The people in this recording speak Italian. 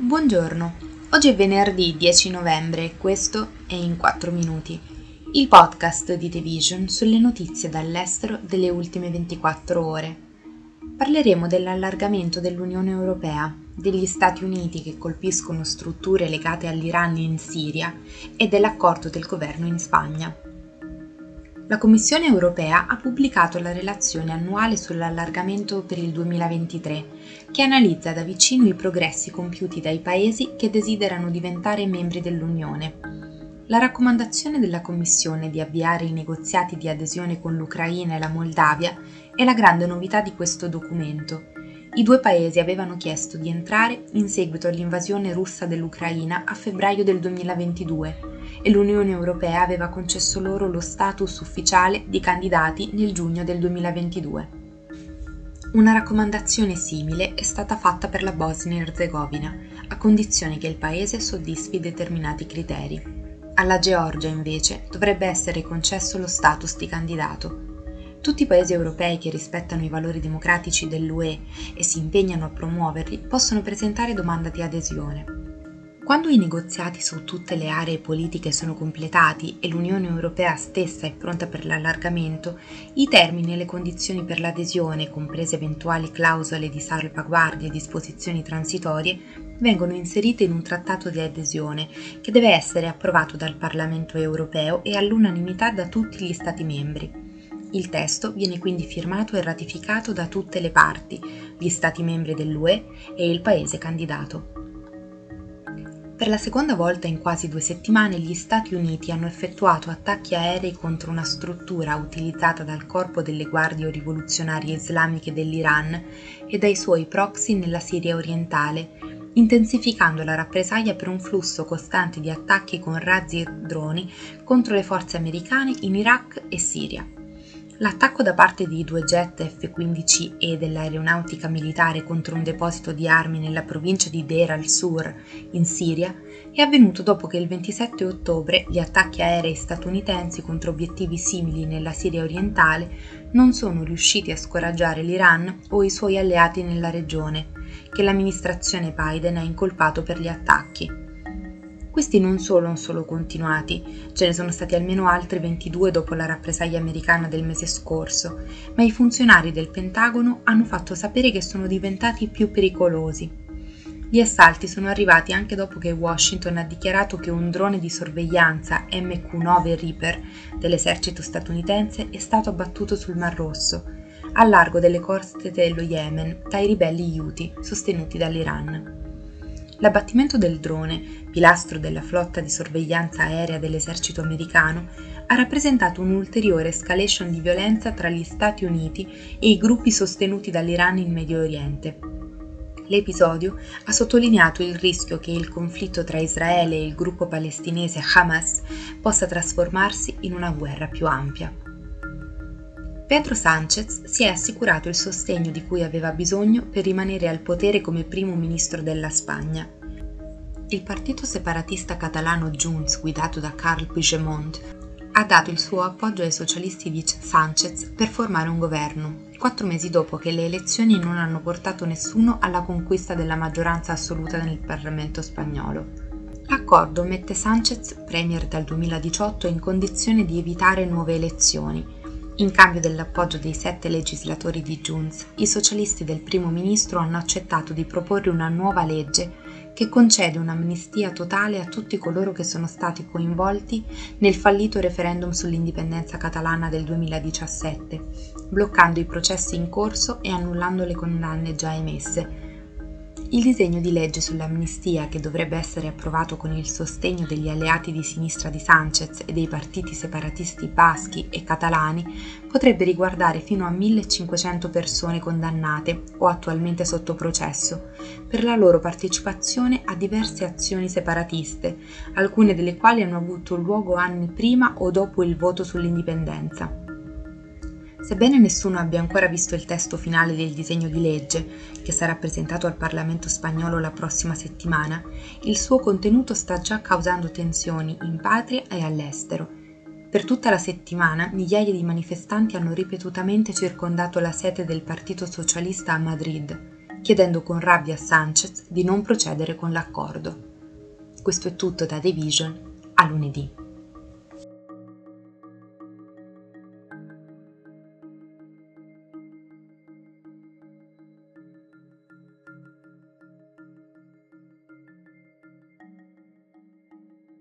Buongiorno, oggi è venerdì 10 novembre e questo è In 4 Minuti, il podcast di The Vision sulle notizie dall'estero delle ultime 24 ore. Parleremo dell'allargamento dell'Unione Europea, degli Stati Uniti che colpiscono strutture legate all'Iran in Siria e dell'accordo del governo in Spagna. La Commissione europea ha pubblicato la relazione annuale sull'allargamento per il 2023, che analizza da vicino i progressi compiuti dai paesi che desiderano diventare membri dell'Unione. La raccomandazione della Commissione di avviare i negoziati di adesione con l'Ucraina e la Moldavia è la grande novità di questo documento. I due paesi avevano chiesto di entrare in seguito all'invasione russa dell'Ucraina a febbraio del 2022 e l'Unione Europea aveva concesso loro lo status ufficiale di candidati nel giugno del 2022. Una raccomandazione simile è stata fatta per la Bosnia-Erzegovina, a condizione che il paese soddisfi determinati criteri. Alla Georgia, invece, dovrebbe essere concesso lo status di candidato. Tutti i paesi europei che rispettano i valori democratici dell'UE e si impegnano a promuoverli possono presentare domanda di adesione. Quando i negoziati su tutte le aree politiche sono completati e l'Unione Europea stessa è pronta per l'allargamento, i termini e le condizioni per l'adesione, comprese eventuali clausole di salvaguardia e disposizioni transitorie, vengono inserite in un trattato di adesione che deve essere approvato dal Parlamento europeo e all'unanimità da tutti gli Stati membri. Il testo viene quindi firmato e ratificato da tutte le parti, gli Stati membri dell'UE e il paese candidato. Per la seconda volta in quasi 2 settimane gli Stati Uniti hanno effettuato attacchi aerei contro una struttura utilizzata dal Corpo delle Guardie Rivoluzionarie Islamiche dell'Iran e dai suoi proxy nella Siria orientale, intensificando la rappresaglia per un flusso costante di attacchi con razzi e droni contro le forze americane in Iraq e Siria. L'attacco da parte di 2 jet F-15E dell'aeronautica militare contro un deposito di armi nella provincia di Deir al-Sur, in Siria, è avvenuto dopo che il 27 ottobre gli attacchi aerei statunitensi contro obiettivi simili nella Siria orientale non sono riusciti a scoraggiare l'Iran o i suoi alleati nella regione, che l'amministrazione Biden ha incolpato per gli attacchi. Questi non sono solo continuati, ce ne sono stati almeno altri 22 dopo la rappresaglia americana del mese scorso, ma i funzionari del Pentagono hanno fatto sapere che sono diventati più pericolosi. Gli assalti sono arrivati anche dopo che Washington ha dichiarato che un drone di sorveglianza MQ-9 Reaper dell'esercito statunitense è stato abbattuto sul Mar Rosso, al largo delle coste dello Yemen, dai ribelli Houthi sostenuti dall'Iran. L'abbattimento del drone, pilastro della flotta di sorveglianza aerea dell'esercito americano, ha rappresentato un'ulteriore escalation di violenza tra gli Stati Uniti e i gruppi sostenuti dall'Iran in Medio Oriente. L'episodio ha sottolineato il rischio che il conflitto tra Israele e il gruppo palestinese Hamas possa trasformarsi in una guerra più ampia. Pedro Sánchez si è assicurato il sostegno di cui aveva bisogno per rimanere al potere come primo ministro della Spagna. Il partito separatista catalano Junts, guidato da Carles Puigdemont, ha dato il suo appoggio ai socialisti di Sánchez per formare un governo, 4 mesi dopo che le elezioni non hanno portato nessuno alla conquista della maggioranza assoluta nel Parlamento spagnolo. L'accordo mette Sánchez, premier dal 2018, in condizione di evitare nuove elezioni. In cambio dell'appoggio dei 7 legislatori di Junts, i socialisti del primo ministro hanno accettato di proporre una nuova legge che concede un'amnistia totale a tutti coloro che sono stati coinvolti nel fallito referendum sull'indipendenza catalana del 2017, bloccando i processi in corso e annullando le condanne già emesse. Il disegno di legge sull'amnistia, che dovrebbe essere approvato con il sostegno degli alleati di sinistra di Sánchez e dei partiti separatisti baschi e catalani, potrebbe riguardare fino a 1.500 persone condannate o attualmente sotto processo per la loro partecipazione a diverse azioni separatiste, alcune delle quali hanno avuto luogo anni prima o dopo il voto sull'indipendenza. Sebbene nessuno abbia ancora visto il testo finale del disegno di legge, che sarà presentato al Parlamento spagnolo la prossima settimana, il suo contenuto sta già causando tensioni in patria e all'estero. Per tutta la settimana migliaia di manifestanti hanno ripetutamente circondato la sede del Partito Socialista a Madrid. chiedendo con rabbia a Sanchez di non procedere con l'accordo. Questo è tutto da The Vision, a lunedì.